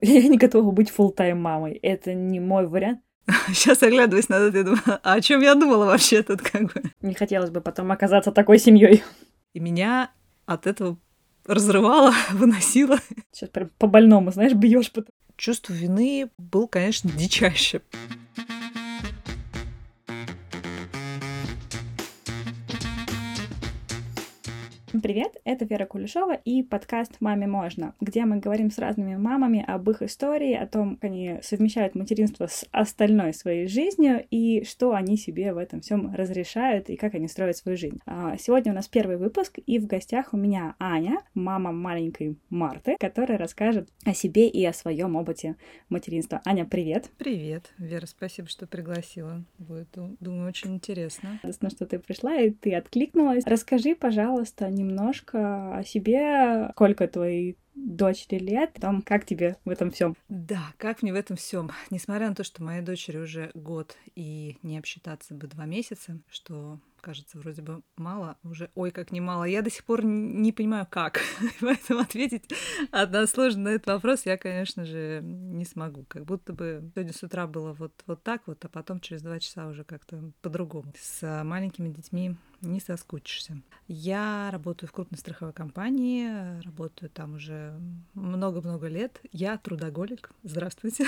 Я не готова быть фулл-тайм мамой. Это не мой вариант. Сейчас оглядываясь назад, я думаю, а о чем я думала вообще тут как бы? Не хотелось бы потом оказаться такой семьей. И меня от этого разрывало, выносило. Сейчас прям по-больному, знаешь, бьешь. Чувство вины было, конечно, дичайшее. Привет, это Вера Кулешова и подкаст «Маме можно», где мы говорим с разными мамами об их истории, о том, как они совмещают материнство с остальной своей жизнью и что они себе в этом всем разрешают и как они строят свою жизнь. Сегодня у нас первый выпуск, и в гостях у меня Аня, мама маленькой Марты, которая расскажет о себе и о своем опыте материнства. Аня, привет! Привет, Вера, спасибо, что пригласила. Будет, думаю, очень интересно. Радостно, что ты пришла и ты откликнулась. Расскажи, пожалуйста, немножко о себе, сколько твоей дочери лет, потом как тебе в этом всем? Да, как мне в этом всем. Несмотря на то, что моей дочери уже год и не обсчитаться бы 2 месяца, что кажется вроде бы мало, уже ой, как немало. Я до сих пор не понимаю, как. Поэтому ответить односложно на этот вопрос я, конечно же, не смогу. Как будто бы сегодня с утра было вот так вот, а потом через 2 часа уже как-то по-другому. С маленькими детьми не соскучишься. Я работаю в крупной страховой компании, работаю там уже много-много лет. Я трудоголик. Здравствуйте.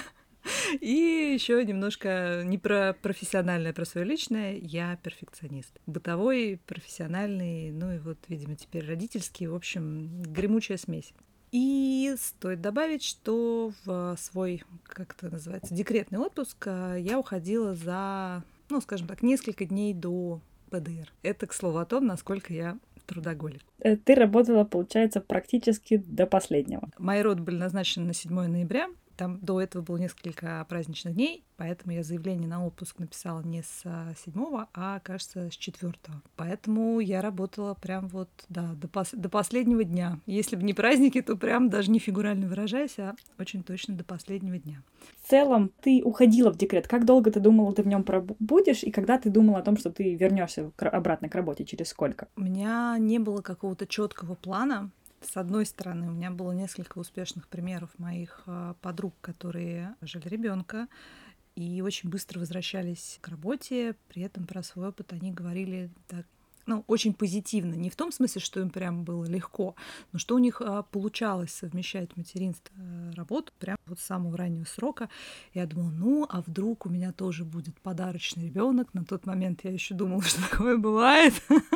И еще немножко не про профессиональное, а про свое личное. Я перфекционист. Бытовой, профессиональный, ну и вот, видимо, теперь родительский. В общем, гремучая смесь. И стоит добавить, что в свой, как это называется, декретный отпуск я уходила за, ну, скажем так, несколько дней до ПДР. Это, к слову, о том, насколько я трудоголик. Ты работала, получается, практически до последнего. Мои роды были назначены на 7 ноября. Там до этого было несколько праздничных дней, поэтому я заявление на отпуск написала не с 7, а, кажется, с 4. Поэтому я работала прям вот, да, до последнего дня. Если бы не праздники, то прям даже не фигурально выражаясь, а очень точно до последнего дня. В целом, ты уходила в декрет. Как долго ты думала, ты в нем пробудешь, и когда ты думала о том, что ты вернешься обратно к работе, через сколько? У меня не было какого-то четкого плана. С одной стороны, у меня было несколько успешных примеров моих подруг, которые жили ребенка и очень быстро возвращались к работе. При этом про свой опыт они говорили так, ну, очень позитивно. Не в том смысле, что им прям было легко, но что у них получалось совмещать материнство и работу прям вот с самого раннего срока. Я думала, ну, а вдруг у меня тоже будет подарочный ребенок. На тот момент я еще думала, что такое бывает.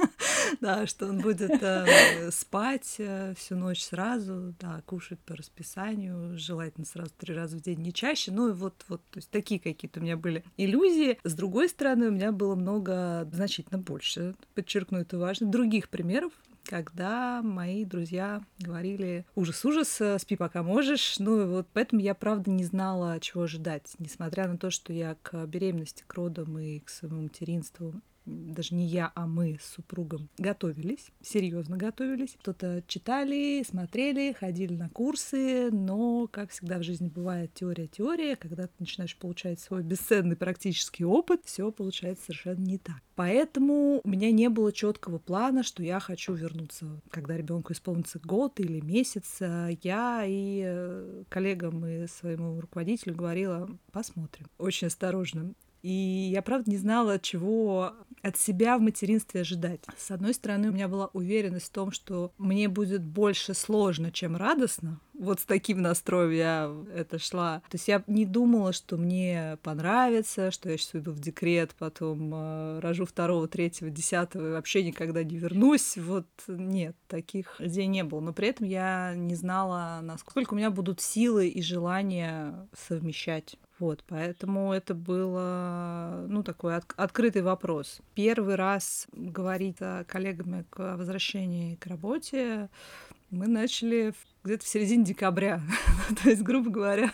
Да, что он будет спать всю ночь сразу, да, кушать по расписанию, желательно сразу 3 раза в день, не чаще. Ну и вот, то есть такие какие-то у меня были иллюзии. С другой стороны, у меня было много, значительно больше, подчеркну, это важно, других примеров, когда мои друзья говорили: ужас, спи пока можешь. Ну и вот поэтому я, правда, не знала, чего ожидать. Несмотря на то, что я к беременности, к родам и к своему материнству, даже не я, а мы с супругом готовились, серьезно готовились. Что-то читали, смотрели, ходили на курсы, но, как всегда в жизни бывает, теория, когда ты начинаешь получать свой бесценный практический опыт, все получается совершенно не так. Поэтому у меня не было четкого плана, что я хочу вернуться, когда ребенку исполнится год или месяц. Я и коллегам, и своему руководителю говорила: посмотрим. Очень осторожно. И я, правда, не знала, чего от себя в материнстве ожидать. С одной стороны, у меня была уверенность в том, что мне будет больше сложно, чем радостно. Вот с таким настроем я это шла. То есть я не думала, что мне понравится, что я сейчас уйду в декрет, потом рожу 2, 3, 10 и вообще никогда не вернусь. Вот нет, таких идей не было. Но при этом я не знала, насколько у меня будут силы и желание совмещать. Вот, поэтому это было, ну, такой открытый вопрос. Первый раз говорить с коллегами о возвращении к работе мы начали где-то в середине декабря, то есть, грубо говоря,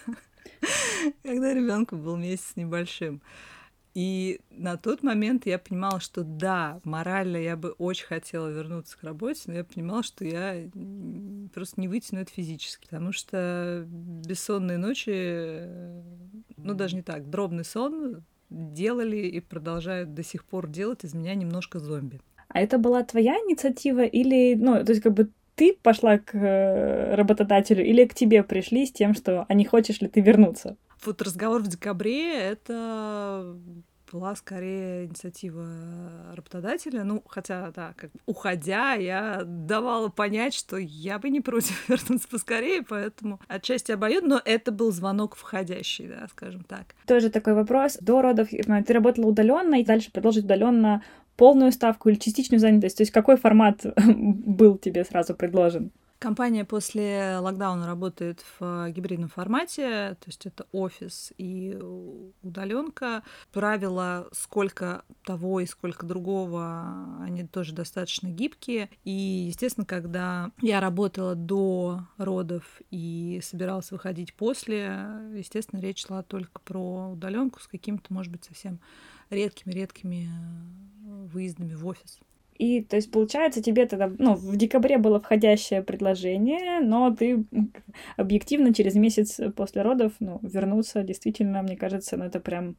когда ребенку был месяц небольшим. И на тот момент я понимала, что да, морально я бы очень хотела вернуться к работе, но я понимала, что я просто не вытяну это физически, потому что бессонные ночи, ну даже не так, дробный сон делали и продолжают до сих пор делать из меня немножко зомби. А это была твоя инициатива или, ну, то есть как бы ты пошла к работодателю или к тебе пришли с тем, что «а не хочешь ли ты вернуться»? Вот разговор в декабре — это была скорее инициатива работодателя. Ну, хотя, да, как бы уходя, я давала понять, что я бы не против вернуться поскорее, поэтому отчасти обоюдно, но это был звонок входящий, да, скажем так. Тоже такой вопрос. До родов ты работала удаленно и дальше продолжить удаленно полную ставку или частичную занятость? То есть какой формат был тебе сразу предложен? Компания после локдауна работает в гибридном формате, то есть это офис и удаленка. Правила сколько того и сколько другого, они тоже достаточно гибкие. И, естественно, когда я работала до родов и собиралась выходить после, естественно, речь шла только про удаленку с какими-то, может быть, совсем редкими выездами в офис. И, то есть, получается, тебе тогда, в декабре было входящее предложение, но ты объективно через месяц после родов, вернуться, действительно, мне кажется, это прям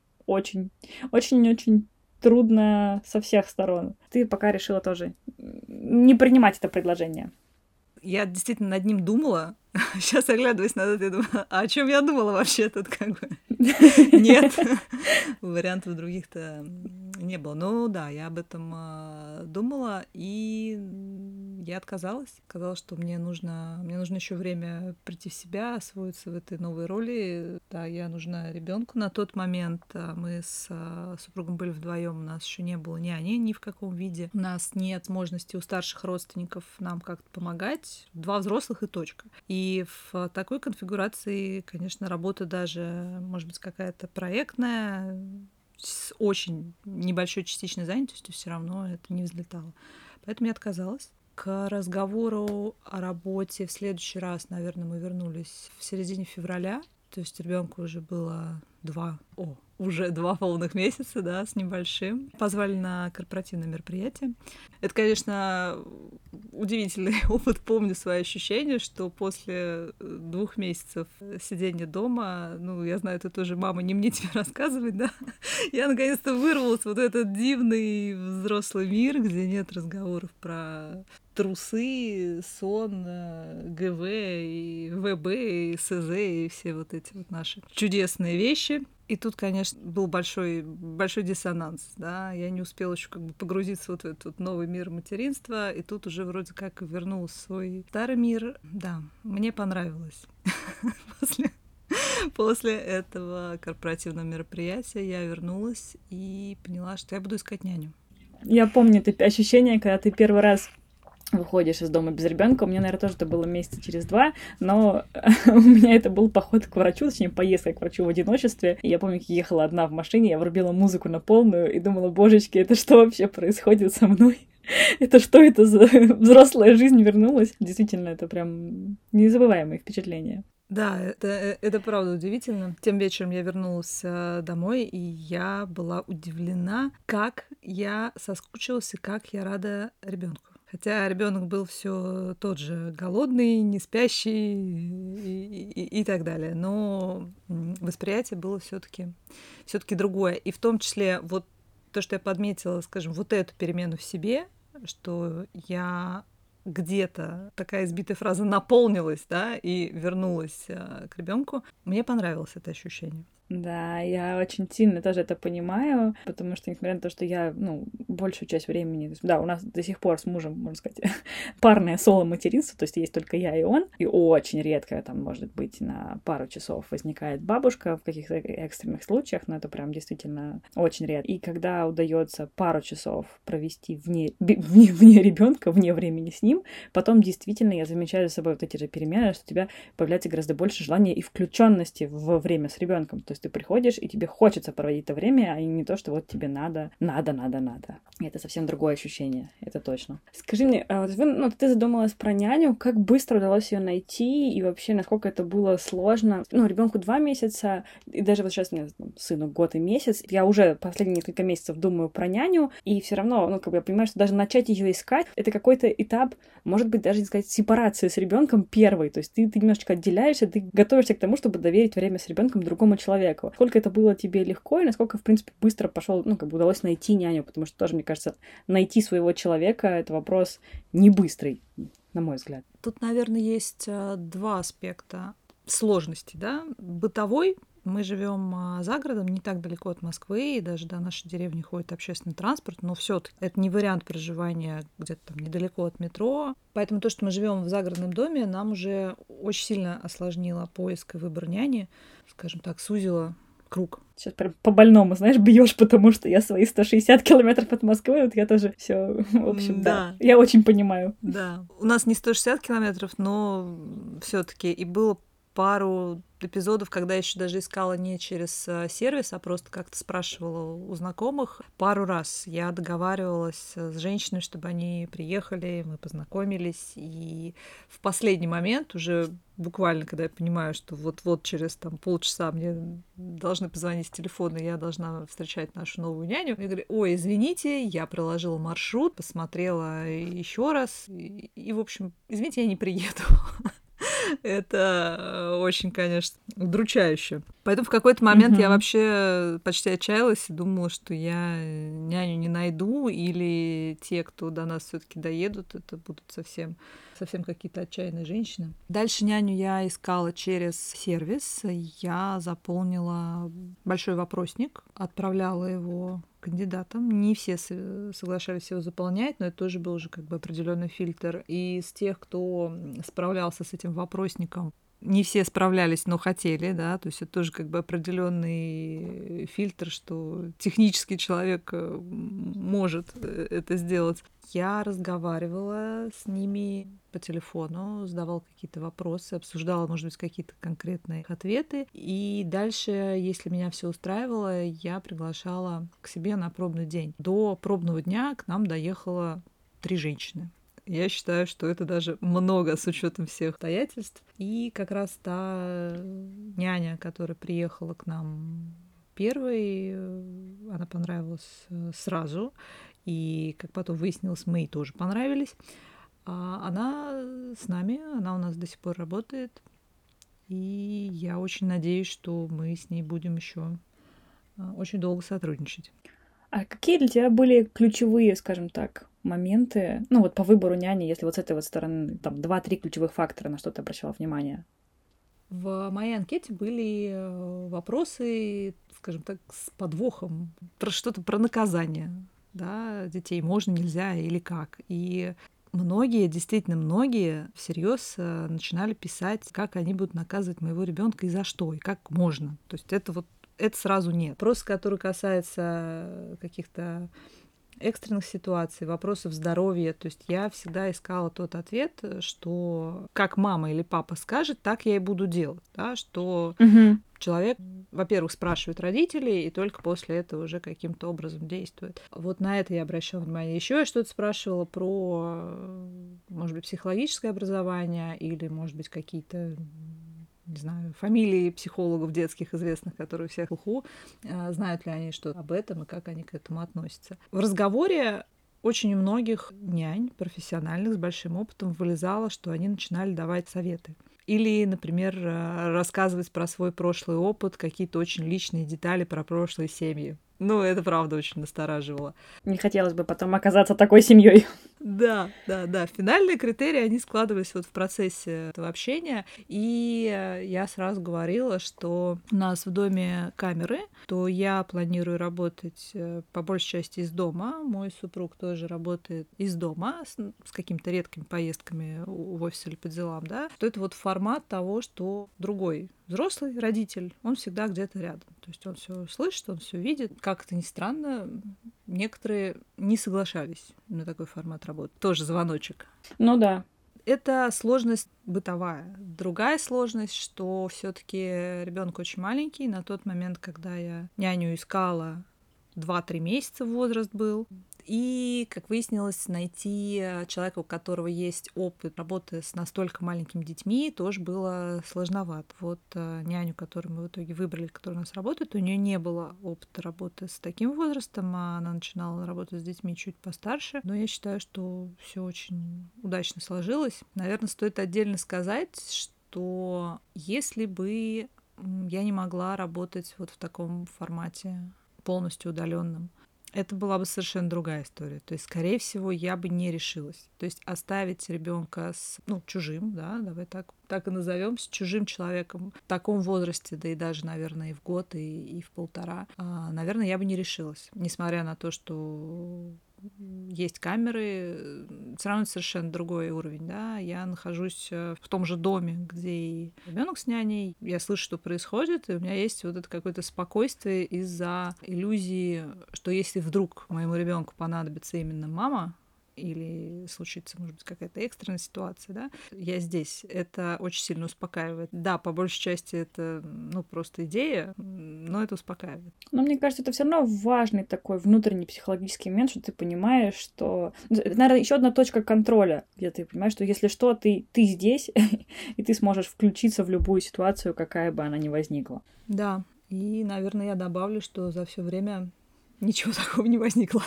очень трудно со всех сторон. Ты пока решила тоже не принимать это предложение. Я действительно над ним думала. Сейчас, оглядываясь на это, я думаю, а о чем я думала вообще тут как бы? Нет. Вариантов других-то не было. Ну да, я об этом думала, и я отказалась. Сказала, что мне нужно еще время прийти в себя, освоиться в этой новой роли. Да, я нужна ребенку на тот момент. Мы с супругом были вдвоем, у нас еще не было няни ни в каком виде. У нас нет возможности у старших родственников нам как-то помогать. 2 взрослых и точка. И в такой конфигурации, конечно, работа даже, может быть, какая-то проектная, с очень небольшой частичной занятостью, все равно это не взлетало. Поэтому я отказалась. К разговору о работе в следующий раз, наверное, мы вернулись в середине февраля. То есть ребенку уже было 2 полных месяца, да, с небольшим. Позвали на корпоративное мероприятие. Это, конечно, удивительный опыт. Помню свои ощущения, что после 2 месяцев сидения дома, я знаю, это тоже мама не мне тебе рассказывать, да, я наконец-то вырвалась в вот этот дивный взрослый мир, где нет разговоров про трусы, сон, ГВ, и ВБ, и СЗ, и все вот эти вот наши чудесные вещи. И тут, конечно, был большой диссонанс, да, я не успела еще как бы погрузиться вот в этот новый мир материнства, и тут уже вроде как вернулась в свой старый мир. Да, мне понравилось. После этого корпоративного мероприятия я вернулась и поняла, что я буду искать няню. Я помню это ощущение, когда ты первый раз выходишь из дома без ребенка. У меня, наверное, тоже это было месяца через 2, но у меня это был поход к врачу, точнее, поездка к врачу в одиночестве. И я помню, как ехала одна в машине, я врубила музыку на полную и думала, божечки, это что вообще происходит со мной? Это что это за взрослая жизнь вернулась? Действительно, это прям незабываемые впечатления. Да, это правда удивительно. Тем вечером я вернулась домой, и я была удивлена, как я соскучилась и как я рада ребенку. Хотя ребенок был все тот же голодный, не спящий и так далее. Но восприятие было все-таки другое. И в том числе вот то, что я подметила, скажем, вот эту перемену в себе, что я где-то, такая избитая фраза, наполнилась, да, и вернулась к ребенку, мне понравилось это ощущение. Да, я очень сильно тоже это понимаю, потому что, несмотря на то, что я, большую часть времени... Да, у нас до сих пор с мужем, можно сказать, парное соло-материнство, то есть есть только я и он, и очень редко, там, может быть, на пару часов возникает бабушка в каких-то экстренных случаях, но это прям действительно очень редко. И когда удается пару часов провести вне ребенка, вне времени с ним, потом действительно я замечаю за собой вот эти же перемены, что у тебя появляется гораздо больше желания и включенности во время с ребенком. То есть ты приходишь, и тебе хочется проводить это время, а не то, что вот тебе надо. И это совсем другое ощущение, это точно. Скажи мне, ты задумалась про няню, как быстро удалось ее найти, и вообще, насколько это было сложно? Ребенку 2 месяца, и даже вот сейчас у меня сыну 1 год и месяц, я уже последние несколько месяцев думаю про няню, и все равно, я понимаю, что даже начать ее искать, это какой-то этап, может быть, даже, не сказать, сепарации с ребенком первый, то есть ты немножечко отделяешься, ты готовишься к тому, чтобы доверить время с ребенком другому человеку. Сколько это было тебе легко, и насколько, в принципе, быстро пошел, удалось найти няню, потому что тоже, мне кажется, найти своего человека — это вопрос не быстрый. на мой взгляд. Тут, наверное, есть два аспекта сложности, да. Бытовой. Мы живем за городом, не так далеко от Москвы, и даже до нашей деревни ходит общественный транспорт, но все-таки это не вариант проживания где-то там недалеко от метро. Поэтому то, что мы живем в загородном доме, нам уже очень сильно осложнило поиск и выбор няни, скажем так, сузило круг. Сейчас прям по-больному, знаешь, бьешь, потому что я свои 160 километров от Москвы, вот я тоже все, в общем, да. Я очень понимаю. Да. У нас не 160 километров, но все-таки и было пару эпизодов, когда я еще даже искала не через сервис, а просто как-то спрашивала у знакомых. Пару раз я договаривалась с женщинами, чтобы они приехали, мы познакомились, и в последний момент уже буквально, когда я понимаю, что вот-вот через там полчаса мне должны позвонить с телефона, и я должна встречать нашу новую няню, я говорю: ой, извините, я проложила маршрут, посмотрела еще раз, и в общем, извините, я не приеду. Это очень, конечно, удручающе. Поэтому в какой-то момент я вообще почти отчаялась и думала, что я няню не найду, или те, кто до нас все-таки доедут, это будут совсем какие-то отчаянные женщины. Дальше няню я искала через сервис. Я заполнила большой вопросник, отправляла его кандидатам. Не все соглашались его заполнять, но это тоже был уже как бы определенный фильтр. И из тех, кто справлялся с этим вопросником, не все справлялись, но хотели, да, то есть это тоже как бы определенный фильтр, что технический человек может это сделать. Я разговаривала с ними по телефону, задавала какие-то вопросы, обсуждала, может быть, какие-то конкретные ответы. И дальше, если меня все устраивало, я приглашала к себе на пробный день. До пробного дня к нам доехало 3 женщины. Я считаю, что это даже много с учетом всех обстоятельств. И как раз та няня, которая приехала к нам первой, она понравилась сразу. И, как потом выяснилось, мы ей тоже понравились. Она с нами, она у нас до сих пор работает. И я очень надеюсь, что мы с ней будем еще очень долго сотрудничать. А какие для тебя были ключевые, скажем так, моменты, ну вот по выбору няни, если вот с этой вот стороны, там, 2-3 ключевых фактора, на что ты обращала внимание? В моей анкете были вопросы, скажем так, с подвохом, про что-то про наказание, да, детей можно, нельзя или как. И многие, действительно многие всерьез начинали писать, как они будут наказывать моего ребенка и за что, и как можно. То есть это сразу нет. Вопрос, который касается каких-то экстренных ситуаций, вопросов здоровья. То есть я всегда искала тот ответ, что как мама или папа скажет, так я и буду делать. Да? Что человек, во-первых, спрашивает родителей, и только после этого уже каким-то образом действует. Вот на это я обращала внимание. Еще я что-то спрашивала про, может быть, психологическое образование или, может быть, какие-то, не знаю, фамилии психологов детских известных, которые у всех в уху, знают ли они что об этом и как они к этому относятся. В разговоре очень у многих нянь профессиональных с большим опытом вылезало, что они начинали давать советы. Или, например, рассказывать про свой прошлый опыт, какие-то очень личные детали про прошлые семьи. Ну, это правда очень настораживало. Не хотелось бы потом оказаться такой семьей. Да. Финальные критерии, они складывались вот в процессе этого общения. И я сразу говорила, что у нас в доме камеры, то я планирую работать по большей части из дома. Мой супруг тоже работает из дома с какими-то редкими поездками в офис или по делам, да. То это вот формат того, что другой взрослый родитель, он всегда где-то рядом. То есть он все слышит, он все видит. Как это ни странно, некоторые не соглашались на такой формат работы. Тоже звоночек. Ну да. Это сложность бытовая. Другая сложность, что все-таки ребенок очень маленький. На тот момент, когда я няню искала, 2-3 месяца возраст был. И, как выяснилось, найти человека, у которого есть опыт работы с настолько маленькими детьми, тоже было сложновато. Вот няню, которую мы в итоге выбрали, которая у нас работает, у нее не было опыта работы с таким возрастом, а она начинала работать с детьми чуть постарше. Но я считаю, что все очень удачно сложилось. Наверное, стоит отдельно сказать, что если бы я не могла работать вот в таком формате полностью удаленном, Это была бы совершенно другая история. То есть, скорее всего, я бы не решилась. То есть оставить ребенка с, чужим, да, давай так и назовем, с чужим человеком в таком возрасте, да и даже, наверное, и в год, и в полтора, наверное, я бы не решилась. Несмотря на то, что есть камеры, все равно это совершенно другой уровень, да. Я нахожусь в том же доме, где и ребенок с няней. Я слышу, что происходит, и у меня есть вот это какое-то спокойствие из-за иллюзии, что если вдруг моему ребенку понадобится именно мама, или случится, может быть, какая-то экстренная ситуация, да, я здесь. Это очень сильно успокаивает. Да, по большей части это, просто идея, но это успокаивает. Но мне кажется, это все равно важный такой внутренний психологический момент, что ты понимаешь, что... Это, наверное, еще одна точка контроля, где ты понимаешь, что если что, ты здесь, и ты сможешь включиться в любую ситуацию, какая бы она ни возникла. Да, и, наверное, я добавлю, что за все время ничего такого не возникло.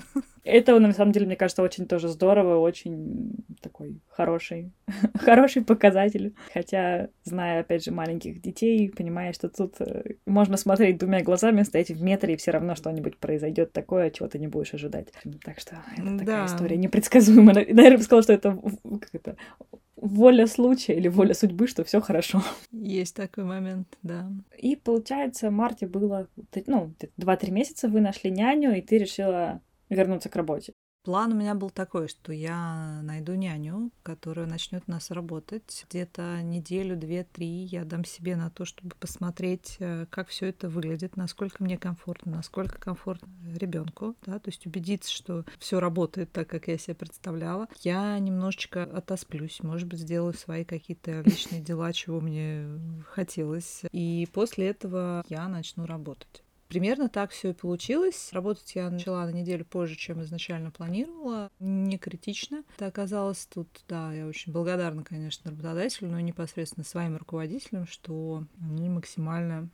Это, на самом деле, мне кажется, очень тоже здорово, очень такой хороший показатель. Хотя, зная, опять же, маленьких детей, понимаешь, что тут можно смотреть двумя глазами, стоять в метре, и все равно что-нибудь произойдет такое, чего ты не будешь ожидать. Так что это такая история непредсказуемая. Наверное, я бы сказала, что это воля случая или воля судьбы, что все хорошо. Есть такой момент, да. И, получается, Марте было, 2-3 месяца вы нашли няню, и ты решила вернуться к работе. План у меня был такой, что я найду няню, которая начнет у нас работать. Где-то неделю, 2-3 я дам себе на то, чтобы посмотреть, как все это выглядит, насколько мне комфортно, насколько комфортно ребенку, да, то есть убедиться, что все работает так, как я себе представляла. Я немножечко отосплюсь, может быть, сделаю свои какие-то личные дела, чего мне хотелось. И после этого я начну работать. Примерно так все и получилось. Работать я начала на неделю позже, чем изначально планировала. Не критично. Это оказалось тут, да, я очень благодарна, конечно, работодателю, но непосредственно своим руководителям, что они максимально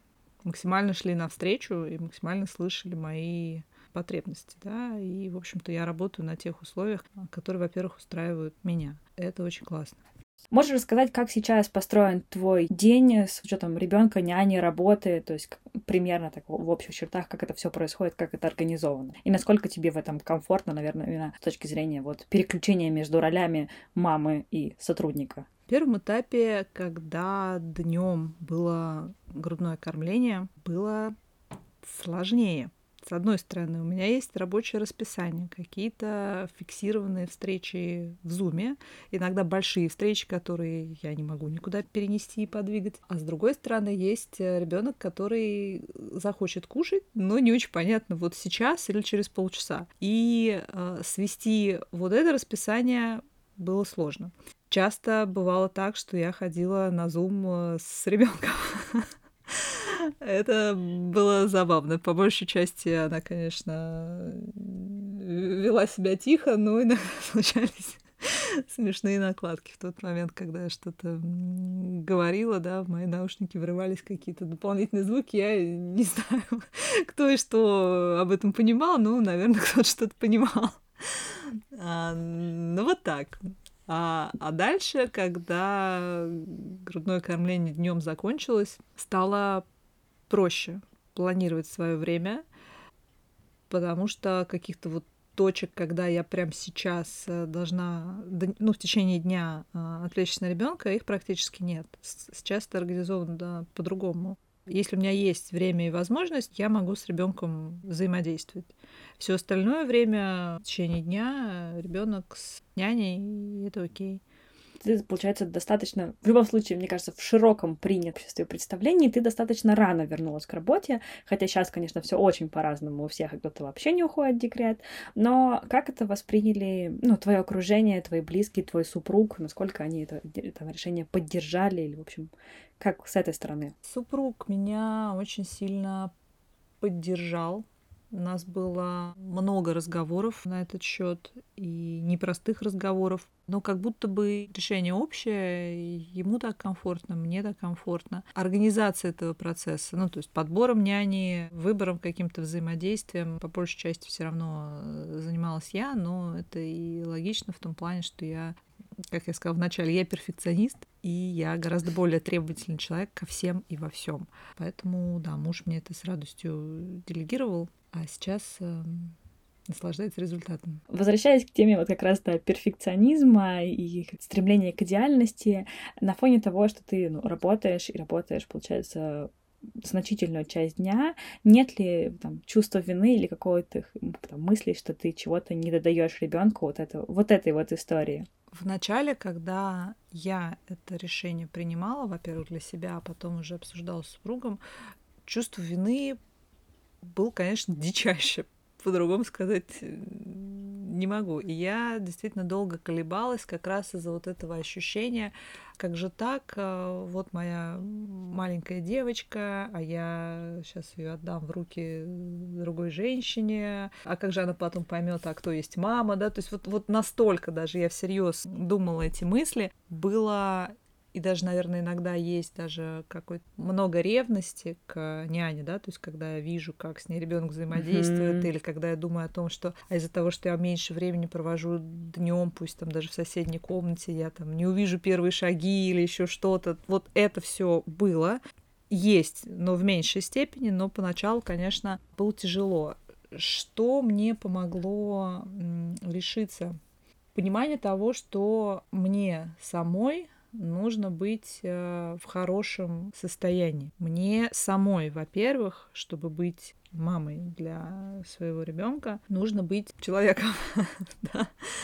шли навстречу и максимально слышали мои потребности, да, и, в общем-то, я работаю на тех условиях, которые, во-первых, устраивают меня. Это очень классно. Можешь рассказать, как сейчас построен твой день с учетом ребенка, няни, работы, то есть примерно так в общих чертах, как это все происходит, как это организовано, и насколько тебе в этом комфортно, наверное, именно с точки зрения переключения между ролями мамы и сотрудника? В первом этапе, когда днем было грудное кормление, было сложнее. С одной стороны, у меня есть рабочее расписание, какие-то фиксированные встречи в Зуме, иногда большие встречи, которые я не могу никуда перенести и подвигать. А с другой стороны, есть ребенок, который захочет кушать, но не очень понятно, вот сейчас или через полчаса. И свести вот это расписание было сложно. Часто бывало так, что я ходила на Zoom с ребенком. Это было забавно. По большей части она, конечно, вела себя тихо, но иногда случались смешные накладки. В тот момент, когда я что-то говорила, да, в мои наушники врывались какие-то дополнительные звуки. Я не знаю, кто и что об этом понимал, но, наверное, кто-то что-то понимал. Вот так. А дальше, когда грудное кормление днем закончилось, стало проще планировать свое время, потому что каких-то точек, когда я прямо сейчас должна, в течение дня отвлечься на ребенка, их практически нет. Сейчас это организовано по-другому. Если у меня есть время и возможность, я могу с ребенком взаимодействовать. Все остальное время в течение дня ребенок с няней, и это окей. Ты, получается, достаточно, в любом случае, мне кажется, в широком принятом обществе представлении ты достаточно рано вернулась к работе, хотя сейчас, конечно, все очень по-разному у всех, и кто-то вообще не уходит в декрет, но как это восприняли, твое окружение, твои близкие, твой супруг, насколько они это решение поддержали, или, в общем, как с этой стороны? Супруг меня очень сильно поддержал. У нас было много разговоров на этот счет и непростых разговоров, но как будто бы решение общее, ему так комфортно, мне так комфортно. Организация этого процесса, то есть подбором няни, выбором, каким-то взаимодействием, по большей части все равно занималась я, но это и логично в том плане, что я, как я сказала вначале, я перфекционист, и я гораздо более требовательный человек ко всем и во всем. Поэтому, да, муж мне это с радостью делегировал. А сейчас наслаждается результатом. Возвращаясь к теме вот как раз перфекционизма и стремления к идеальности, на фоне того, что ты работаешь, получается, значительную часть дня, нет ли чувства вины или какой-то мысли, что ты чего-то не додаешь ребенку вот этой истории? В начале, когда я это решение принимала, во-первых, для себя, а потом уже обсуждала с супругом, чувство вины было, конечно, дичайше. По-другому сказать не могу. И я действительно долго колебалась как раз из-за вот этого ощущения, как же так, вот моя маленькая девочка, а я сейчас ее отдам в руки другой женщине, а как же она потом поймет, а кто есть мама, да, то есть вот настолько даже я всерьез думала эти мысли, было. И даже, наверное, иногда есть даже какой-то много ревности к няне, да, то есть когда я вижу, как с ней ребенок взаимодействует, или когда я думаю о том, что из-за того, что я меньше времени провожу днем, пусть там даже в соседней комнате, я там не увижу первые шаги или еще что-то. Вот это все было, есть, но в меньшей степени, но поначалу, конечно, было тяжело. Что мне помогло решиться? Понимание того, что мне самой нужно быть в хорошем состоянии. Мне самой, во-первых, чтобы быть мамой для своего ребенка, нужно быть человеком. Да?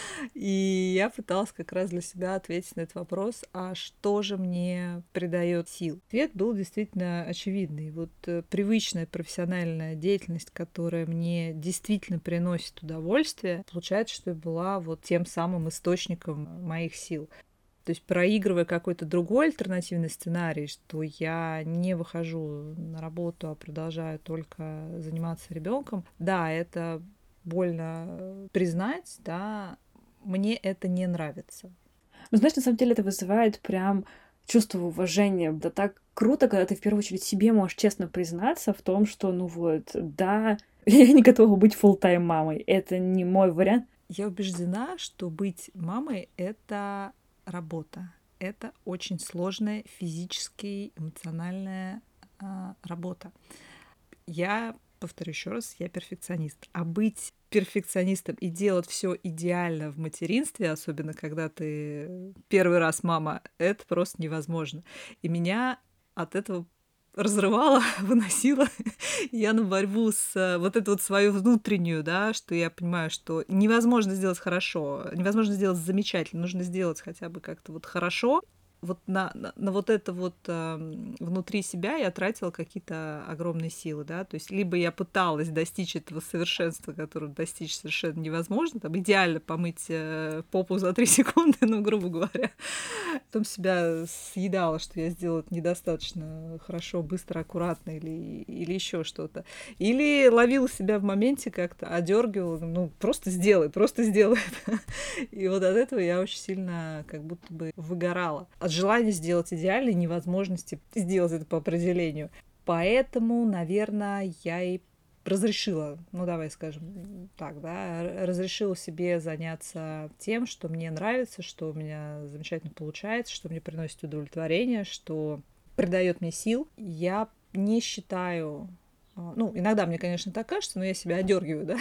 И я пыталась как раз для себя ответить на этот вопрос, а что же мне придает сил? Ответ был действительно очевидный. Вот привычная профессиональная деятельность, которая мне действительно приносит удовольствие, получается, что я была вот тем самым источником моих сил. То есть проигрывая какой-то другой альтернативный сценарий, что я не выхожу на работу, а продолжаю только заниматься ребенком, да, это больно признать, да, мне это не нравится. Ну, знаешь, на самом деле это вызывает прям чувство уважения. Да так круто, когда ты в первую очередь себе можешь честно признаться в том, что, да, я не готова быть фулл-тайм мамой. Это не мой вариант. Я убеждена, что быть мамой — это работа. Это очень сложная физически, эмоциональная работа. Я повторю еще раз, я перфекционист. А быть перфекционистом и делать все идеально в материнстве, особенно когда ты первый раз мама, это просто невозможно. И меня от этого разрывала, выносила я на борьбу с вот эту вот свою внутреннюю, да, что я понимаю, что невозможно сделать хорошо, невозможно сделать замечательно, нужно сделать хотя бы как-то вот хорошо. Вот на вот это вот внутри себя я тратила какие-то огромные силы, да, то есть либо я пыталась достичь этого совершенства, которого достичь совершенно невозможно, там идеально помыть попу за 3 секунды, ну, грубо говоря, потом себя съедала, что я сделала это недостаточно хорошо, быстро, аккуратно или еще что-то. Или ловила себя в моменте как-то, одергивала, ну, просто сделай это. И вот от этого я очень сильно как будто бы выгорала. От желания сделать идеально и невозможности сделать это по определению. Поэтому, наверное, я и разрешила, ну давай скажем так, да, разрешила себе заняться тем, что мне нравится, что у меня замечательно получается, что мне приносит удовлетворение, что придает мне сил. Я не считаю, ну, иногда мне, конечно, так кажется, но я себя одергиваю, да.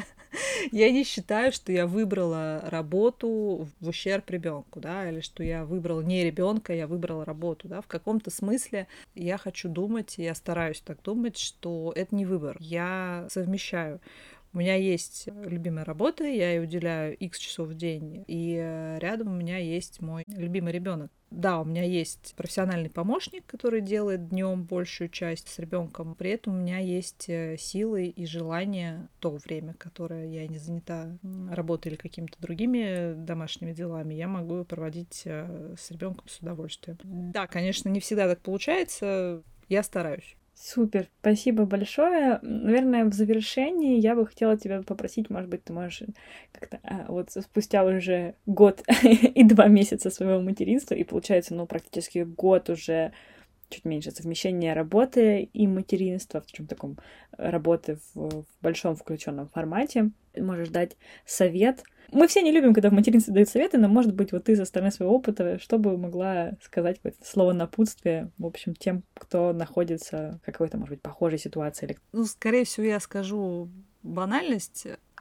Я не считаю, что я выбрала работу в ущерб ребенку, да, или что я выбрала не ребенка, я выбрала работу, да. В каком-то смысле я хочу думать, я стараюсь так думать, что это не выбор. Я совмещаю. У меня есть любимая работа, я ей уделяю X часов в день, и рядом у меня есть мой любимый ребенок. Да, у меня есть профессиональный помощник, который делает днем большую часть с ребенком. При этом у меня есть силы и желание то время, которое я не занята работой или какими-то другими домашними делами, я могу проводить с ребенком с удовольствием. Да, конечно, не всегда так получается. Я стараюсь. Супер, спасибо большое. Наверное, в завершении я бы хотела тебя попросить, может быть, ты можешь как-то вот спустя уже год и 2 месяца своего материнства, и получается, практически год уже чуть меньше совмещения работы и материнства, в чем таком работы в большом включенном формате. Можешь дать совет. Мы все не любим, когда в материнстве дают советы, но, может быть, вот ты со стороны своего опыта, что бы могла сказать какое-то слово напутствия, в общем, тем, кто находится в какой-то, может быть, похожей ситуации? Ну, скорее всего, я скажу банальность.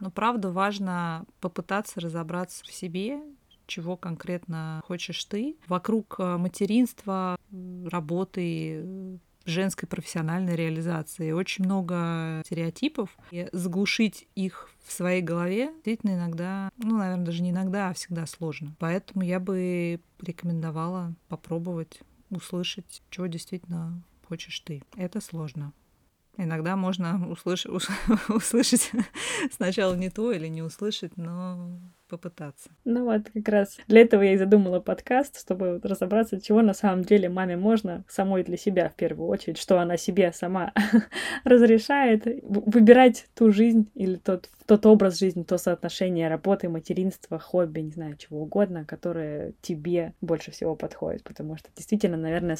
Но правда важно попытаться разобраться в себе, чего конкретно хочешь ты. Вокруг материнства, работы, женской профессиональной реализации очень много стереотипов. И заглушить их в своей голове действительно иногда, наверное, даже не иногда, а всегда сложно. Поэтому я бы рекомендовала попробовать услышать, чего действительно хочешь ты. Это сложно. Иногда можно услышать сначала не то или не услышать, но попытаться. Вот как раз для этого я и задумала подкаст, чтобы разобраться, чего на самом деле маме можно самой для себя в первую очередь, что она себе сама разрешает выбирать ту жизнь или тот образ жизни, то соотношение работы, материнства, хобби, не знаю, чего угодно, которое тебе больше всего подходит, потому что действительно, наверное,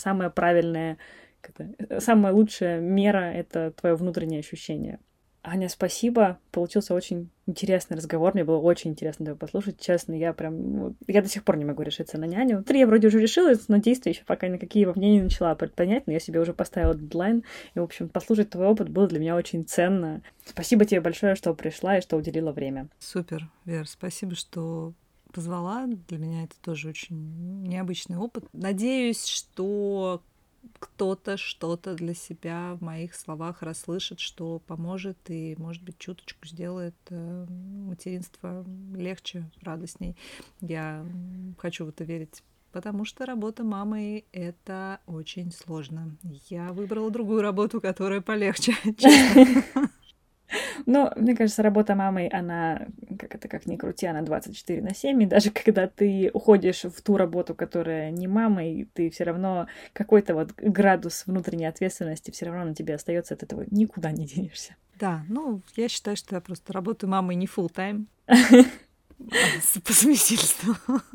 самая лучшая мера — это твое внутреннее ощущение. Аня, спасибо. Получился очень интересный разговор. Мне было очень интересно тебя послушать. Честно, я до сих пор не могу решиться на няню. Я вроде уже решилась, но действия еще пока никакие во мне не начала предпринять, но я себе уже поставила дедлайн. И, в общем, послушать твой опыт было для меня очень ценно. Спасибо тебе большое, что пришла и что уделила время. Супер, Вер, спасибо, что позвала. Для меня это тоже очень необычный опыт. Надеюсь, что кто-то что-то для себя в моих словах расслышит, что поможет и, может быть, чуточку сделает материнство легче, радостней. Я хочу в это верить, потому что работа мамой — это очень сложно. Я выбрала другую работу, которая полегче, честно. Но, мне кажется, работа мамой, она, как ни крути, она 24/7, и даже когда ты уходишь в ту работу, которая не мамой, ты все равно какой-то вот градус внутренней ответственности все равно на тебе остается, от этого никуда не денешься. Да, я считаю, что я просто работаю мамой не full-time, а по совместительству.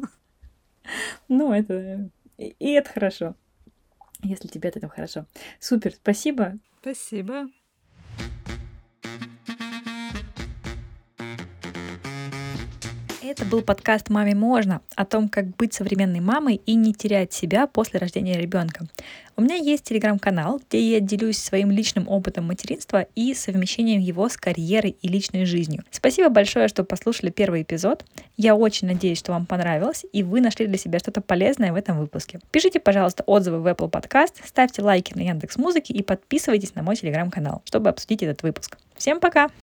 И это хорошо, если тебе от этого хорошо. Супер, спасибо. Спасибо. Это был подкаст «Маме можно» о том, как быть современной мамой и не терять себя после рождения ребенка. У меня есть телеграм-канал, где я делюсь своим личным опытом материнства и совмещением его с карьерой и личной жизнью. Спасибо большое, что послушали первый эпизод. Я очень надеюсь, что вам понравилось, и вы нашли для себя что-то полезное в этом выпуске. Пишите, пожалуйста, отзывы в Apple Podcast, ставьте лайки на Яндекс.Музыке и подписывайтесь на мой телеграм-канал, чтобы обсудить этот выпуск. Всем пока!